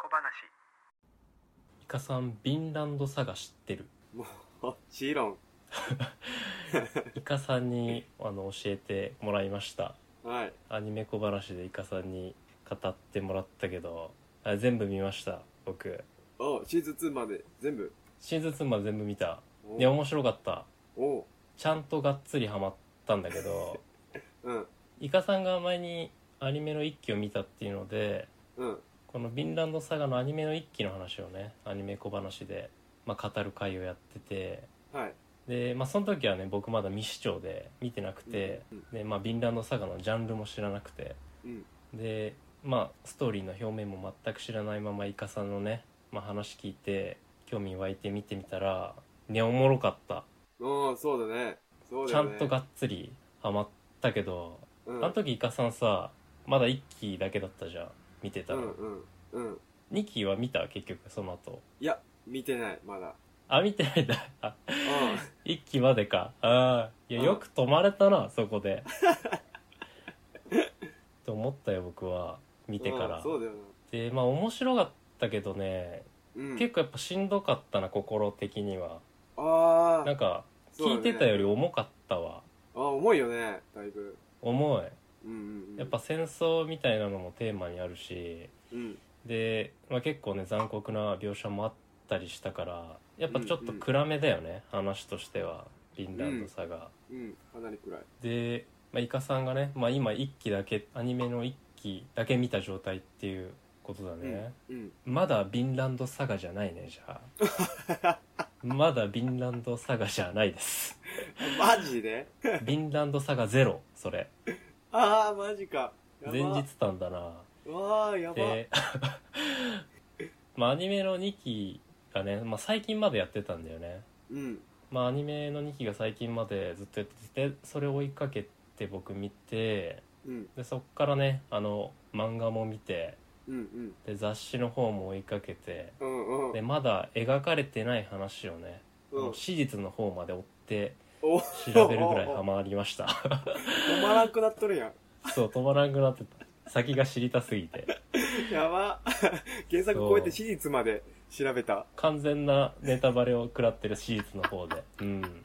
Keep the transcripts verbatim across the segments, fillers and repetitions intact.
小話。 イカさん、ヴィンランドサガ知ってる？ もうちろんイカさんにあの教えてもらいました。 はい。 アニメ小話でイカさんに語ってもらったけど、あ全部見ました僕。 おシーズンツーまで全部。 シーズンツーまで全部見た。 おで面白かった。 おちゃんとがっつりハマったんだけどうんイカさんが前にアニメの一期を見たっていうので、 うんこのヴィンランドサガのアニメの一期の話をね、アニメ小話で、まあ、語る回をやってて、 はい。 で、まあ、その時はね僕まだ未視聴で見てなくて、 うんで、まあ、ヴィンランドサガのジャンルも知らなくて、 うんで、まあ、ストーリーの表面も全く知らないままイカさんのね、まあ、話聞いて興味湧いて見てみたらね、おもろかった。 おーそうだね。そうちだよね。 ゃんとがっつりハマったけど、 うん、 あの時イカさんさまだいっきだけだったじゃん、見てたら。 うんうんうんにきは見た？結局その後。 いや見てないまだ。 あ、見てないんだ。あ、 ういっきまでか。ああ、いや、よく止まれたな、そこで。と思ったよ、僕は。見てから。 そうだよな。 で、まあ、面白かったけどね、 うん、 結構やっぱしんどかったな、心的には。 ああなんか、 そうだね聞いてたより重かったわ。 あー重いよねだいぶ。 重い。 うんうんうん。 やっぱ戦争みたいなのもテーマにあるし、 うんで、まあ、結構ね、残酷な描写もあったりしたから、やっぱちょっと暗めだよね、うんうん、話としては。ヴィンランドサガ、 うん、うん、かなり暗い。 で、まあ、イカさんがね、まあ、今いっきだけアニメのいっきだけ見た状態っていうことだね、 うんうん、 まだヴィンランドサガじゃないね。じゃあまだヴィンランドサガじゃないですマジでヴィンランドサガゼロ、それああマジか。やば前日談だな。 わあやば。 でまあアニメのにきがね、まあ、最近までやってたんだよね。 うんまあアニメのにきが最近までずっとやってて、それを追いかけて僕見て、 うんでそっからね、あの漫画も見て、 うんうんで雑誌の方も追いかけて、 うんうん。 でまだ描かれてない話をね、 うんあの史実の方まで追ってお調べるぐらいハマりました止まらんくなっとるやん。 そう、止まらなくなってた。先が知りたすぎてやば原作超えて史実まで調べた。 完全なネタバレを食らってる史実の方で、うんだ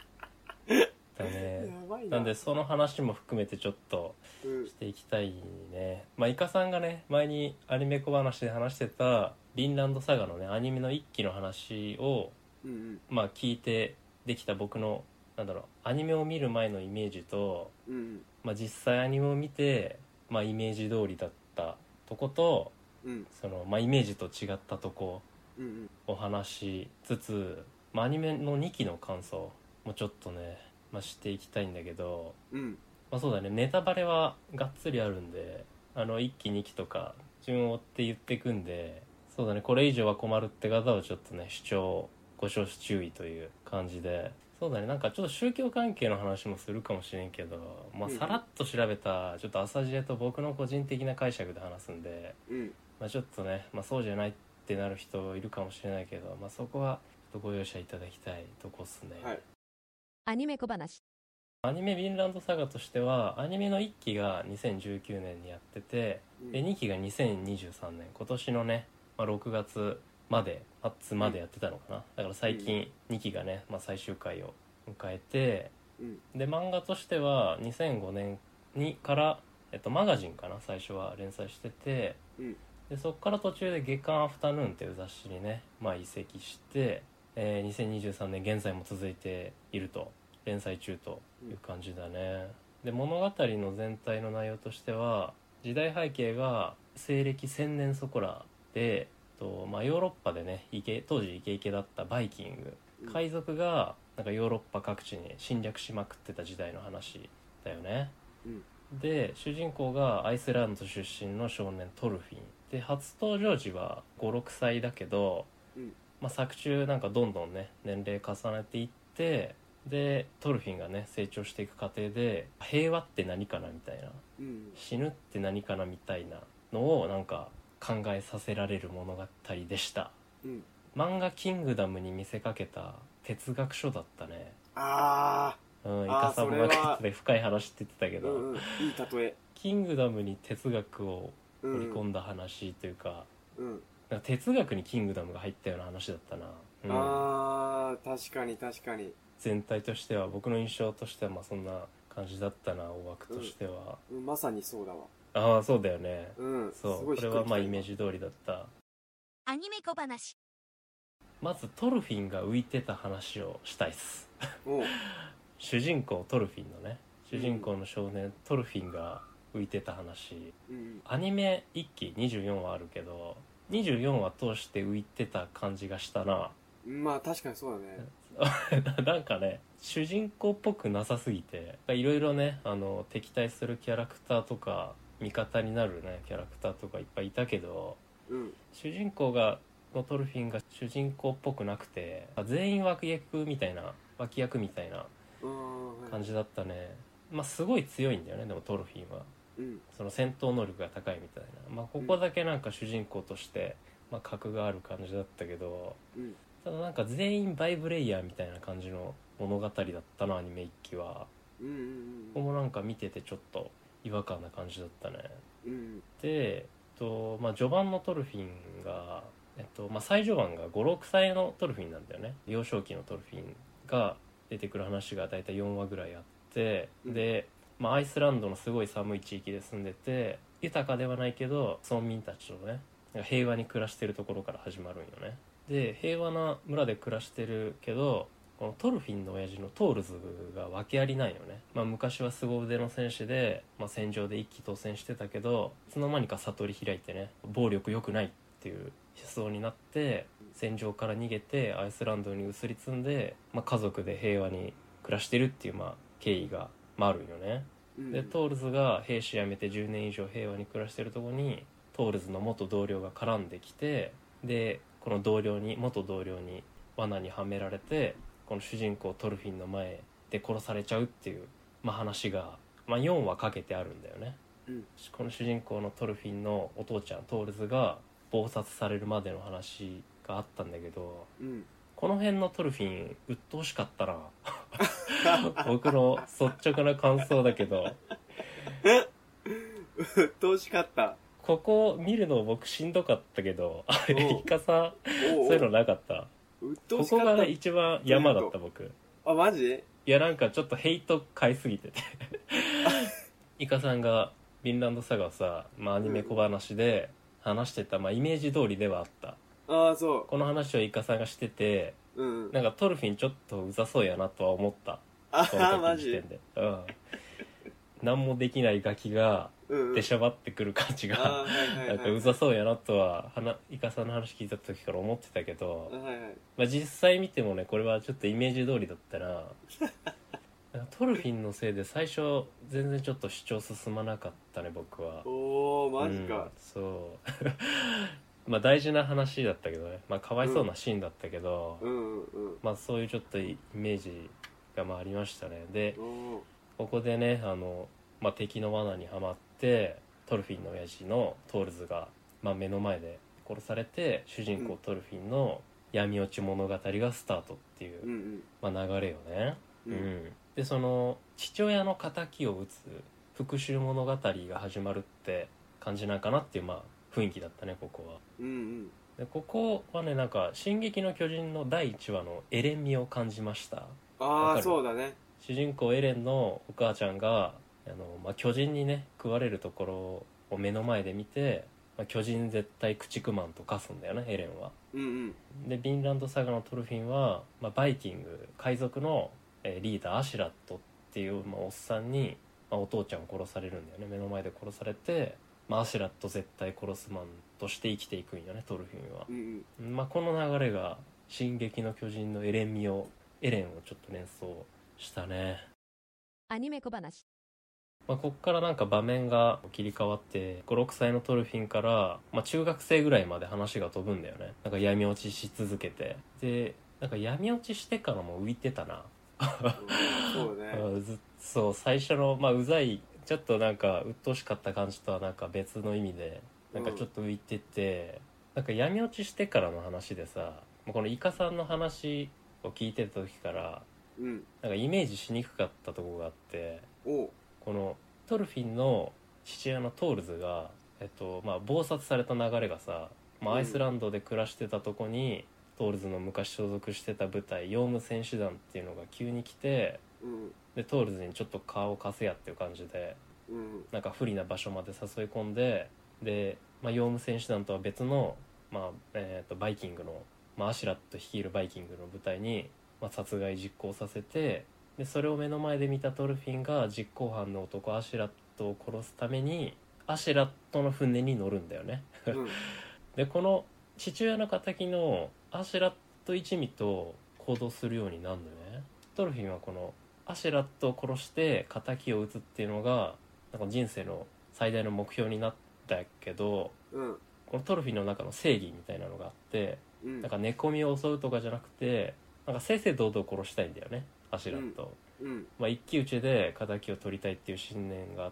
ね。 やばいな。 なんでその話も含めてちょっとうんしていきたいね。まあイカさんがね、前にアニメ小話で話してたヴィンランドサガのね、アニメのいっきの話をうんうんまあ聞いてできた僕の、なんだろう、アニメを見る前のイメージと、 うんうんまあ、実際アニメを見て、まあ、イメージ通りだったとことうんその、まあ、イメージと違ったとこうんうんを話しつつ、まあ、アニメのにきの感想もちょっとね、まあ、していきたいんだけど、 うんまあ、そうだね、ネタバレはがっつりあるんで、あのいっきにきとか順を追って言っていくんで、そうだね、これ以上は困るって方はちょっとね、視聴ご承知注意という感じで。そうだね、なんかちょっと宗教関係の話もするかもしれんけど、まあ、さらっと調べたちょっと浅知恵と僕の個人的な解釈で話すんで、 うんまあ、ちょっとね、まあ、そうじゃないってなる人いるかもしれないけど、まあ、そこはちょっとご容赦いただきたいとこっすね、 はい。 アニメ小話。 アニメヴィンランドサガとしては、アニメのいっきがにせんじゅうきゅうねんにやってて、 うんでにきがにせんにじゅうさんねん、今年のね、まあ、ろくがつまではちまでやってたのかな、だから最近にきがね、まあ、最終回を迎えて、 うんで漫画としてはにせんごねんにから、えっと、マガジンかな、最初は連載してて、 うんでそこから途中で月刊アフタヌーンっていう雑誌にね、まあ、移籍して、えー、にせんにじゅうさんねん現在も続いていると、連載中という感じだね。で物語の全体の内容としては、時代背景が西暦せんねんそこらで、と、まあ、ヨーロッパでね、イケ当時イケイケだったバイキング海賊がなんかヨーロッパ各地に侵略しまくってた時代の話だよね。 うんで主人公がアイスランド出身の少年トルフィンで、初登場時はごろくさいだけど、 うんまあ、作中なんかどんどんね年齢重ねていって、でトルフィンがね成長していく過程で、平和って何かなみたいな、 うん死ぬって何かなみたいなのをなんか考えさせられる物語でした。 うん漫画キングダムに見せかけた哲学書だったね。 あうん、イあーカさんもなんか言ってた深い話って言ってたけど、 あうんうんいい例え。 キングダムに哲学をうん織り込んだ話というか、 うんなんか哲学にキングダムが入ったような話だったな、うん、 あー確かに確かに、 全体としては僕の印象としてはまあそんな感じだったな、大枠としては、 うん、まさにそうだわ。 ああそうだよね、 うんそうこれはまあイメージ通りだった。 アニメ小話。 まずトルフィンが浮いてた話をしたいっすおう主人公トルフィンのね、主人公の少年、うん、トルフィンが浮いてた話、うん、アニメいっきにじゅうよんわあるけどにじゅうよんわ通して浮いてた感じがしたな。 まあ確かにそうだねなんかね主人公っぽくなさすぎて、いろいろねあの敵対するキャラクターとか味方になるねキャラクターとかいっぱいいたけど、うん、主人公がのトルフィンが主人公っぽくなくて全員脇役みたいな脇役みたいな感じだったね。まあすごい強いんだよねでもトルフィンは、うん、その戦闘能力が高いみたいな、まあここだけなんか主人公として、まあ、格がある感じだったけど、うん、ただなんか全員バイブレイヤーみたいな感じの物語だったなアニメいっきは、うんうんうん、ここもなんか見ててちょっと違和感な感じだったね、うん、で、えっとまあ、序盤のトルフィンがえっとまあ、最序盤がごろくさいのトルフィンなんだよね。幼少期のトルフィンが出てくる話がだいたいよんわぐらいあって、うん、で、まあ、アイスランドのすごい寒い地域で住んでて豊かではないけど村民たちとね平和に暮らしてるところから始まるんよね。で平和な村で暮らしてるけどこのトルフィンの親父のトールズが訳ありないよね。まあ、昔は凄腕の戦士で、まあ、戦場で一騎当選してたけどいつの間にか悟り開いてね暴力良くないっていう思想になって戦場から逃げてアイスランドに移り住んで、まあ、家族で平和に暮らしてるっていう、まあ、経緯が、まあ、あるよね、うん、でトールズが兵士辞めてじゅうねん以上平和に暮らしてるところにトールズの元同僚が絡んできて、でこの同僚に元同僚に罠にはめられてこの主人公トルフィンの前で殺されちゃうっていう、まあ、話が、まあ、よんわかけてあるんだよね、うん、この主人公のトルフィンのお父ちゃんトールズが謀殺されるまでの話があったんだけど、うん、この辺のトルフィン鬱陶しかったな僕の率直な感想だけど鬱陶しかった。 ここ見るの僕しんどかったけどイカさそういうのなかった。 鬱陶しかった。 ここが一番山だった僕。 あマジ？ いやなんかちょっとヘイト買いすぎててイカさんがヴィンランドサガをさ、まあ、アニメ小話で、うん話してた、まあ、イメージ通りではあった。 ああそう。 この話をイカさんがしてて、うん、なんかトルフィンちょっとうざそうやなとは思った。 ああマジで、うん、何もできないガキが出しゃばってくる感じが、うんうん、なんかうざそうやなとはイカさんの話聞いた時から思ってたけど、はいはいまあ、実際見てもねこれはちょっとイメージ通りだったなトルフィンのせいで最初全然ちょっと主張進まなかったね僕は。 おーマジか、 うん、そうまあ大事な話だったけどね、まあかわいそうなシーンだったけど、うんうんうん、まあそういうちょっとイメージがまあありましたね。でここでねあの、まあ、敵の罠にはまってトルフィンの親父のトールズが、まあ、目の前で殺されて主人公トルフィンの闇落ち物語がスタートっていう、うんうんまあ、流れよね、うんうん、でその父親の仇を討つ復讐物語が始まるって感じなんかなっていう、まあ、雰囲気だったねここは、うんうん、でここはねなんか「進撃の巨人」のだいいちわのエレン味を感じました。 ああそうだね。 主人公エレンのお母ちゃんがあの、まあ、巨人にね食われるところを目の前で見て、まあ、巨人絶対駆逐マンと化すんだよねエレンは、うんうん、でヴィンランドサガのトルフィンは、まあ、バイキング海賊の、えー、リーダーアシュラットっていう、まあ、おっさんに、まあ、お父ちゃんを殺されるんだよね。目の前で殺されて、まあ、アシュラット絶対殺すマンとして生きていくんよねトルフィンは、うんうんまあ、この流れが進撃の巨人のエレン味をエレンをちょっと連想したね。 アニメ小話、 まあ、こっからなんか場面が切り替わってごろくさいのトルフィンから、まあ、中学生ぐらいまで話が飛ぶんだよね。なんか闇落ちし続けてでなんか闇落ちしてからも浮いてたなそうねずそう最初の、まあ、うざいちょっとなんか鬱陶しかった感じとはなんか別の意味でなんかちょっと浮いてて、うん、なんか闇落ちしてからの話でさこのイカさんの話を聞いてた時から、うん、なんかイメージしにくかったところがあって、おこのトルフィンの父親のトールズが、えっとまあ、謀殺された流れがさまあ、アイスランドで暮らしてたとこにトールズの昔所属してた部隊ヨウム戦士団っていうのが急に来て、 うん、 でトールズにちょっと顔を貸せやっていう感じでうん、 なんか不利な場所まで誘い込んで、で、まあ、ヨウム戦士団とは別の、まあえー、とバイキングの、まあ、アシュラット率いるバイキングの部隊に、まあ、殺害実行させて、でそれを目の前で見たトルフィンが実行犯の男アシュラットを殺すためにアシュラットの船に乗るんだよねうん、 でこの父親の敵のアシュラット一味と行動するようになるのね。トルフィンはこのアシュラットを殺して敵を撃つっていうのがなんか人生の最大の目標になったけど、 うん、 このトルフィンの中の正義みたいなのがあって、 うん、 なんか寝込みを襲うとかじゃなくてなんか正々堂々殺したいんだよねアシュラットを、 うん、 まあ、一騎打ちで敵を取りたいっていう信念があって、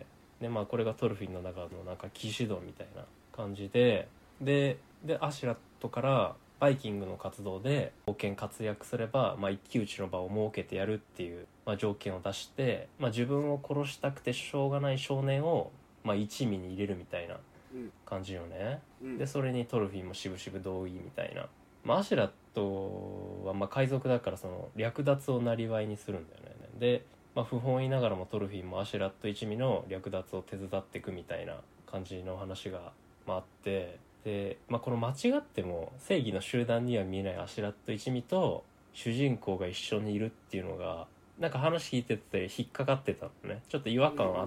で、まあ、これがトルフィンの中のなんか騎士道みたいな感じで、ででアシュラットからバイキングの活動で冒険活躍すれば、まあ、一騎打ちの場を設けてやるっていう、まあ、条件を出して、まあ、自分を殺したくてしょうがない少年を、まあ、一味に入れるみたいな感じよね、 うん、 でそれにトルフィンもしぶしぶ同意みたいな、まあ、アシュラットはまあ海賊だからその略奪を生りにするんだよね。で、まあ、不本意ながらもトルフィンもアシュラット一味の略奪を手伝っていくみたいな感じの話が、まあ、あって、で、まあ、この間違っても正義の集団には見えないアシュラット一味と主人公が一緒にいるっていうのがなんか話聞いてて引っかかってたのね。ちょっと違和感あって、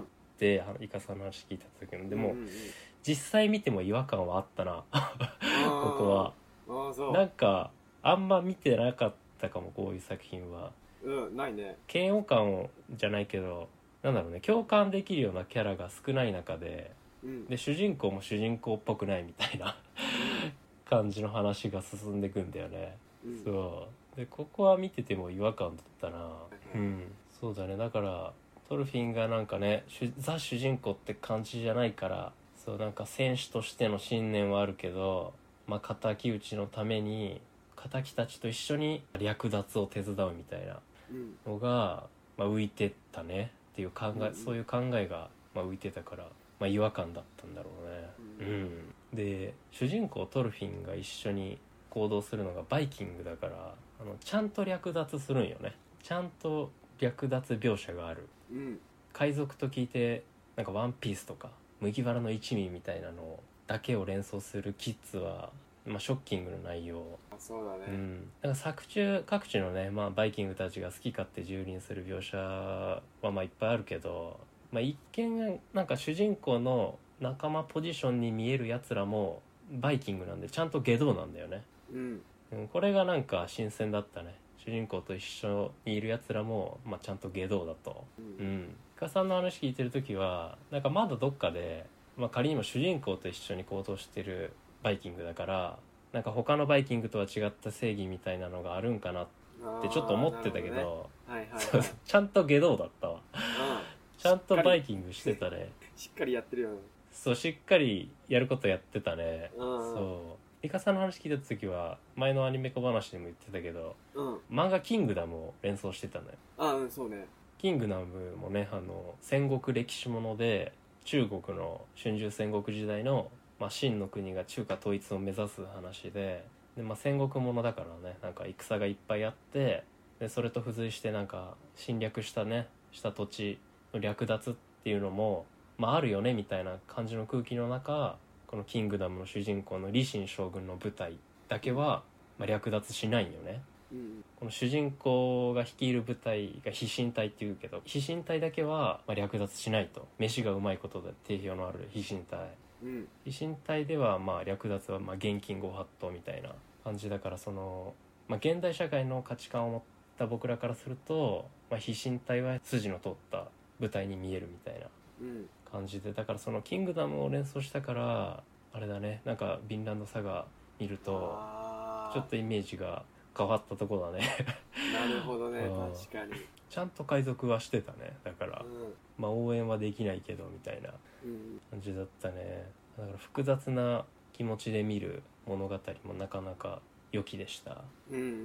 うん、イカさんの話聞いた時のでも、うんうんうん、実際見ても違和感はあったなここはあそうなんかあんま見てなかったかも、こういう作品は。 うん、ないね。 嫌悪感じゃないけどなんだろうね、共感できるようなキャラが少ない中で、うん、で主人公も主人公っぽくないみたいな感じの話が進んでいくんだよね、うん、そうでここは見てても違和感だったな、うん、そうだね。だからトルフィンがなんかねザ主人公って感じじゃないから、そうなんか戦士としての信念はあるけど、まあ、敵討ちのために敵たちと一緒に略奪を手伝うみたいなのが、まあ、浮いてったねっていう考え、うんうん、そういう考えが、まあ、浮いてたから、まあ、違和感だったんだろうね、うんうん、で主人公トルフィンが一緒に行動するのがバイキングだから、あのちゃんと略奪するんよね。ちゃんと略奪描写がある、うん、海賊と聞いてなんかワンピースとか麦わらの一味みたいなのだけを連想するキッズは、まあ、ショッキングな内容。 そうだね、 うん、だから作中各地のね、まあ、バイキングたちが好き勝手蹂躙する描写はまあいっぱいあるけど、まあ、一見なんか主人公の仲間ポジションに見えるやつらもバイキングなんでちゃんと下道なんだよね、うんうん、これがなんか新鮮だったね。主人公と一緒にいるやつらも、まあ、ちゃんと下道だと、うん、うん、イカさんの話聞いてる時はなんかまだどっかで、まあ、仮にも主人公と一緒に行動してるバイキングだからなんか他のバイキングとは違った正義みたいなのがあるんかなってちょっと思ってたけど、ね、はいはいはい、ちゃんと下道だったわちゃんとバイキングしてたねしっかりやってるよね。 そうしっかりやることやってたね。そうイカさんの話聞いた時は前のアニメ小話でも言ってたけど、うん、漫画キングダムを連想してたのよ。 あうんそうね。 キングダムもねあの戦国歴史もので中国の春秋戦国時代のまあ、秦の国が中華統一を目指す話で、で、まあ、戦国ものだからねなんか戦がいっぱいあって、でそれと付随してなんか侵略したねした土地の略奪っていうのも、まあ、あるよねみたいな感じの空気の中、このキングダムの主人公の李信将軍の部隊だけは、まあ、略奪しないんよね、うん、この主人公が率いる部隊が飛信隊っていうけど飛信隊だけは、まあ、略奪しないと。飯がうまいことで定評のある飛信隊、うん、飛信隊ではまあ略奪はまあ現金ご法度みたいな感じだから、その、まあ、現代社会の価値観を持った僕らからすると、まあ、飛信隊は筋の通った部隊に見えるみたいな感じで、だからそのキングダムを連想したからあれだね、なんかヴィンランドサガ見るとちょっとイメージが変わったとこだねなるほどね確かにちゃんと海賊はしてたね。だから、うん、まあ応援はできないけどみたいな感じだったね。だから複雑な気持ちで見る物語もなかなか良きでした。うんうんうん。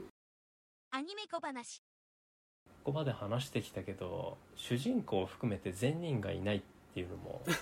アニメ小話。 ここまで話してきたけど主人公を含めて善人がいないっていうのも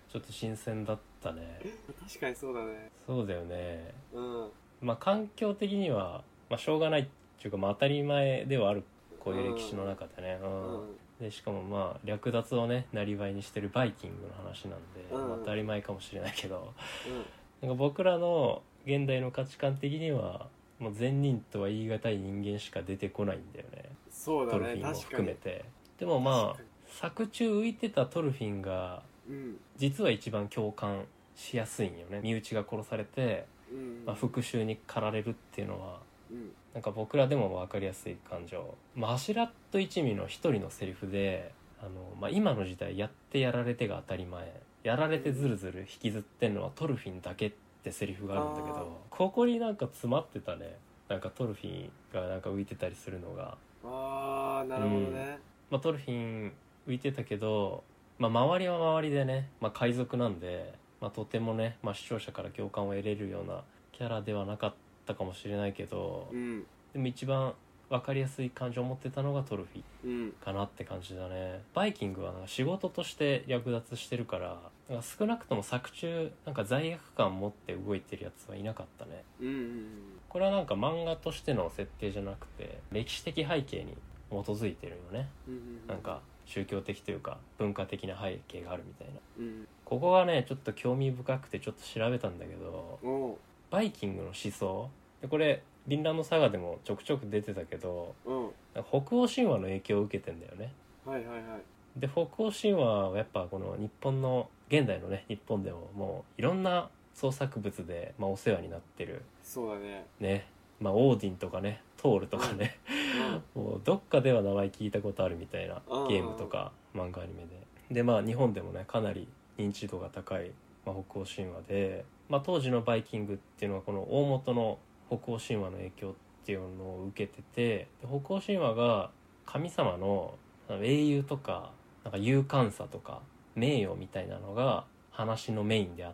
ちょっと新鮮だったね。 確かにそうだね。 そうだよね。 うん。 まあ環境的には、まあ、しょうがないっていうか、まあ、当たり前ではある、こういう歴史の中でね、うんうん。 でしかもまあ略奪をねなりわいにしてるバイキングの話なんで、 うんまあ、当たり前かもしれないけど、 うん。 なんか僕らの現代の価値観的にはもう善人とは言い難い人間しか出てこないんだよね、 そうだね。 トルフィンも確かに。 含めて。でもまあ確かに作中浮いてたトルフィンがうん。 実は一番共感しやすいんよね。身内が殺されて、 うん。 まあ、復讐に駆られるっていうのはうん。 なんか僕らでも分かりやすい感情。まあ、アシュラット一味の一人のセリフで、あの、まあ、今の時代やってやられてが当たり前、やられてずるずる引きずってんのはトルフィンだけってセリフがあるんだけあーど、ここになんか詰まってたね。なんかトルフィンがなんか浮いてたりするのが、 あー、なるほどね。 まあ、トルフィン浮いてたけど、まあ、周りは周りでね、まあ、海賊なんで、まあ、とてもね、まあ、視聴者から共感を得れるようなキャラではなかったかもしれないけど、 うん。 でも一番分かりやすい感情を持ってたのがトルフィンうん。 かなって感じだね。バイキングはなんか仕事として略奪してるから、なんか少なくとも作中なんか罪悪感持って動いてるやつはいなかったね。 うん。うん。 これはなんか漫画としての設定じゃなくて歴史的背景に基づいてるよね。 うん。 なんか宗教的というか文化的な背景があるみたいな。 うん。 ここがねちょっと興味深くてちょっと調べたんだけど、 おう。 バイキングの思想で、これヴィンランドサガでもちょくちょく出てたけど、 うん。 北欧神話の影響を受けてんだよね。 はいはいはい。 で北欧神話はやっぱこの日本の現代のね日本でももういろんな創作物で、まあ、お世話になってるそうだね。 ね、まあ、オーディンとかねトールとかね、 うん。 もうどっかでは名前聞いたことあるみたいなうんゲームとか漫画アニメで、でまあ日本でもねかなり認知度が高い、まあ、北欧神話で、まあ、当時のバイキングっていうのはこの大元の北欧神話の影響っていうのを受けてて、で北欧神話が神様の英雄とかなんか勇敢さとか名誉みたいなのが話のメインであって、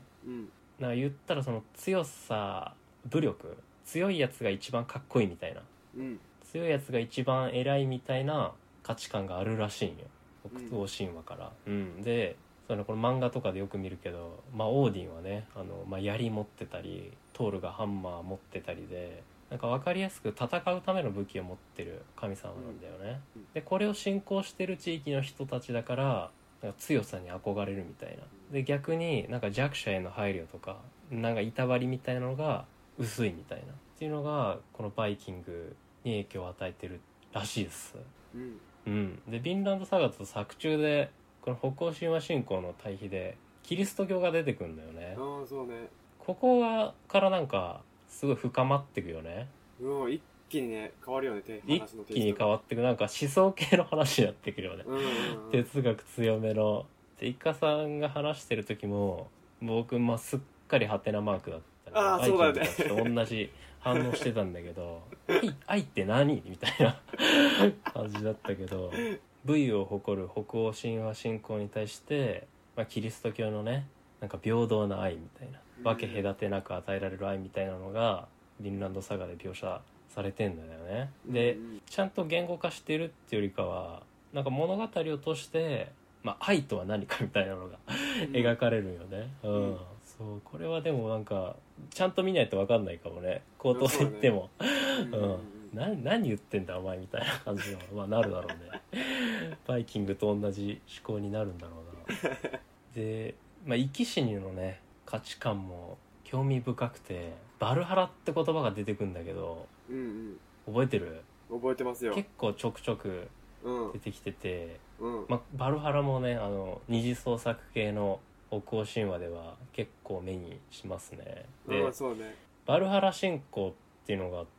うん。 なんか言ったらその強さ武力強いやつが一番かっこいいみたいな、 うん。 強いやつが一番偉いみたいな価値観があるらしいんよ北欧神話から、うん、でそのこの漫画とかでよく見るけど、まあ、オーディンはねあの、まあ、槍持ってたりトールがハンマー持ってたりで、なんか分かりやすく戦うための武器を持ってる神様なんだよね、 うんでこれを信仰してる地域の人たちだからなんか強さに憧れるみたいな。で逆になんか弱者への配慮とかなんかいたわりみたいなのが薄いみたいなっていうのがこのバイキングに影響を与えてるらしいです。 うん。 うん、でヴィンランドサガと作中でこの北欧神話信仰の対比でキリスト教が出てくるんだよね。 ああ、そうね。 ここがからなんかすごい深まっていくよね。 うん、一気にね、変わるよね、て一話のテイストが。 気に変わっていく、なんか思想系の話になってくるよね、 うんうんうん。 哲学強めの。でイカさんが話してる時も僕、まあ、すっかりハテナマークだったり、 あーそうだよねバイキングたちと同じ反応してたんだけど愛, 愛って何みたいな感じだったけど、武威を誇る北欧神話信仰に対して、まあ、キリスト教のねなんか平等な愛みたいな、分け隔てなく与えられる愛みたいなのがヴィンランドサガで描写されてんだよね。でうんうんちゃんと言語化してるっていうよりかはなんか物語を通して、まあ、愛とは何かみたいなのが描かれるよね、うんうんそうこれはでもなんかちゃんと見ないと分かんないかもね、口頭で言っても、 うんうんうんな何言ってんだお前みたいな感じの、まあ、なるだろうねバイキングと同じ思考になるんだろうなで、まあ、生き死にのね価値観も興味深くて、バルハラって言葉が出てくるんだけどうん覚えてる？ うん。覚えてますよ。 結構ちょくちょくうん出てきてて、 うん。 まあ、バルハラもねあの二次創作系の北欧神話では結構目にしますね。で、 うん、そうね。 バルハラ信仰っていうのがあって、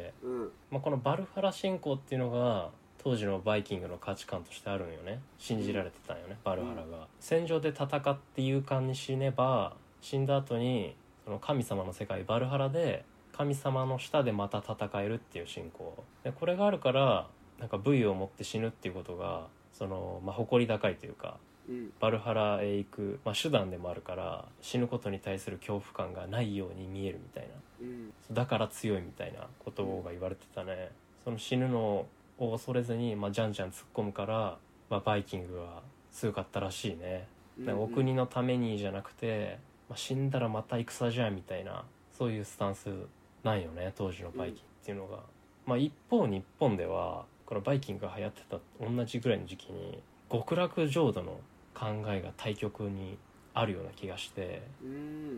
うん。 まあ、このバルハラ信仰っていうのが当時のバイキングの価値観としてあるんよね。信じられてたんよね、バルハラが。戦場で戦って勇敢に死ねば死んだ後にその神様の世界バルハラで神様の下でまた戦えるっていう信仰で、これがあるからなんか武威を持って死ぬっていうことがその、まあ、誇り高いというかうん。 バルハラへ行く、まあ、手段でもあるから死ぬことに対する恐怖感がないように見えるみたいな、 うん。 だから強いみたいなことが言われてたね。その死ぬのを恐れずに、まあ、じゃんじゃん突っ込むから、まあ、バイキングは強かったらしいね。 なんかお国のためにじゃなくて、まあ、死んだらまた戦じゃんみたいな、そういうスタンスなんよね当時のバイキンっていうのが、うん、まあ一方日本ではこのバイキンが流行ってた同じぐらいの時期に極楽浄土の考えが対極にあるような気がして、 うん、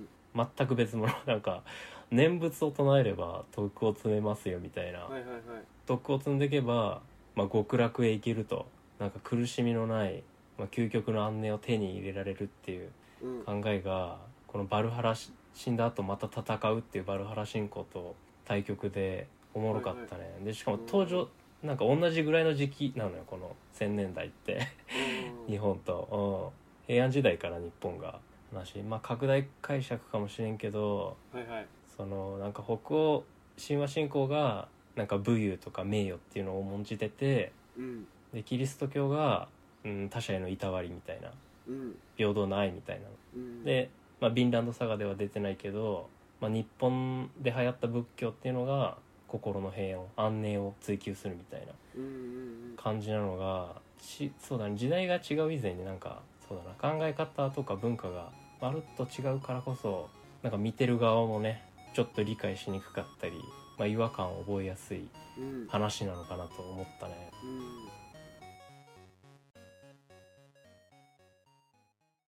全く別物なんか念仏を唱えれば徳を積めますよみたいな、 はいはいはい、 徳を積んでいけば、まあ、極楽へ行けると、なんか苦しみのない、まあ、究極の安寧を手に入れられるっていう考えが、うん、このバルハラ死んだ後また戦うっていうバルハラ信仰と対極でおもろかったね、はいはい、でしかも登場、うん、なんか同じぐらいの時期なのよこのせんねんだいって日本と、うん、平安時代から日本が話、まあ拡大解釈かもしれんけど、 はいはい、 そのなんか北欧神話信仰がなんか武勇とか名誉っていうのを重んじてて、 うん、 でキリスト教が、うん、他者へのいたわりみたいな、 うん、 平等な愛みたいな、うん、で、まあ、ヴィンランドサガでは出てないけど、まあ、日本で流行った仏教っていうのが心の平安安寧を追求するみたいな感じなのが、しそうだね、時代が違う以前になんかそうだな、考え方とか文化がまるっと違うからこそ、なんか見てる側もねちょっと理解しにくかったり、まあ、違和感を覚えやすい話なのかなと思ったね、 うん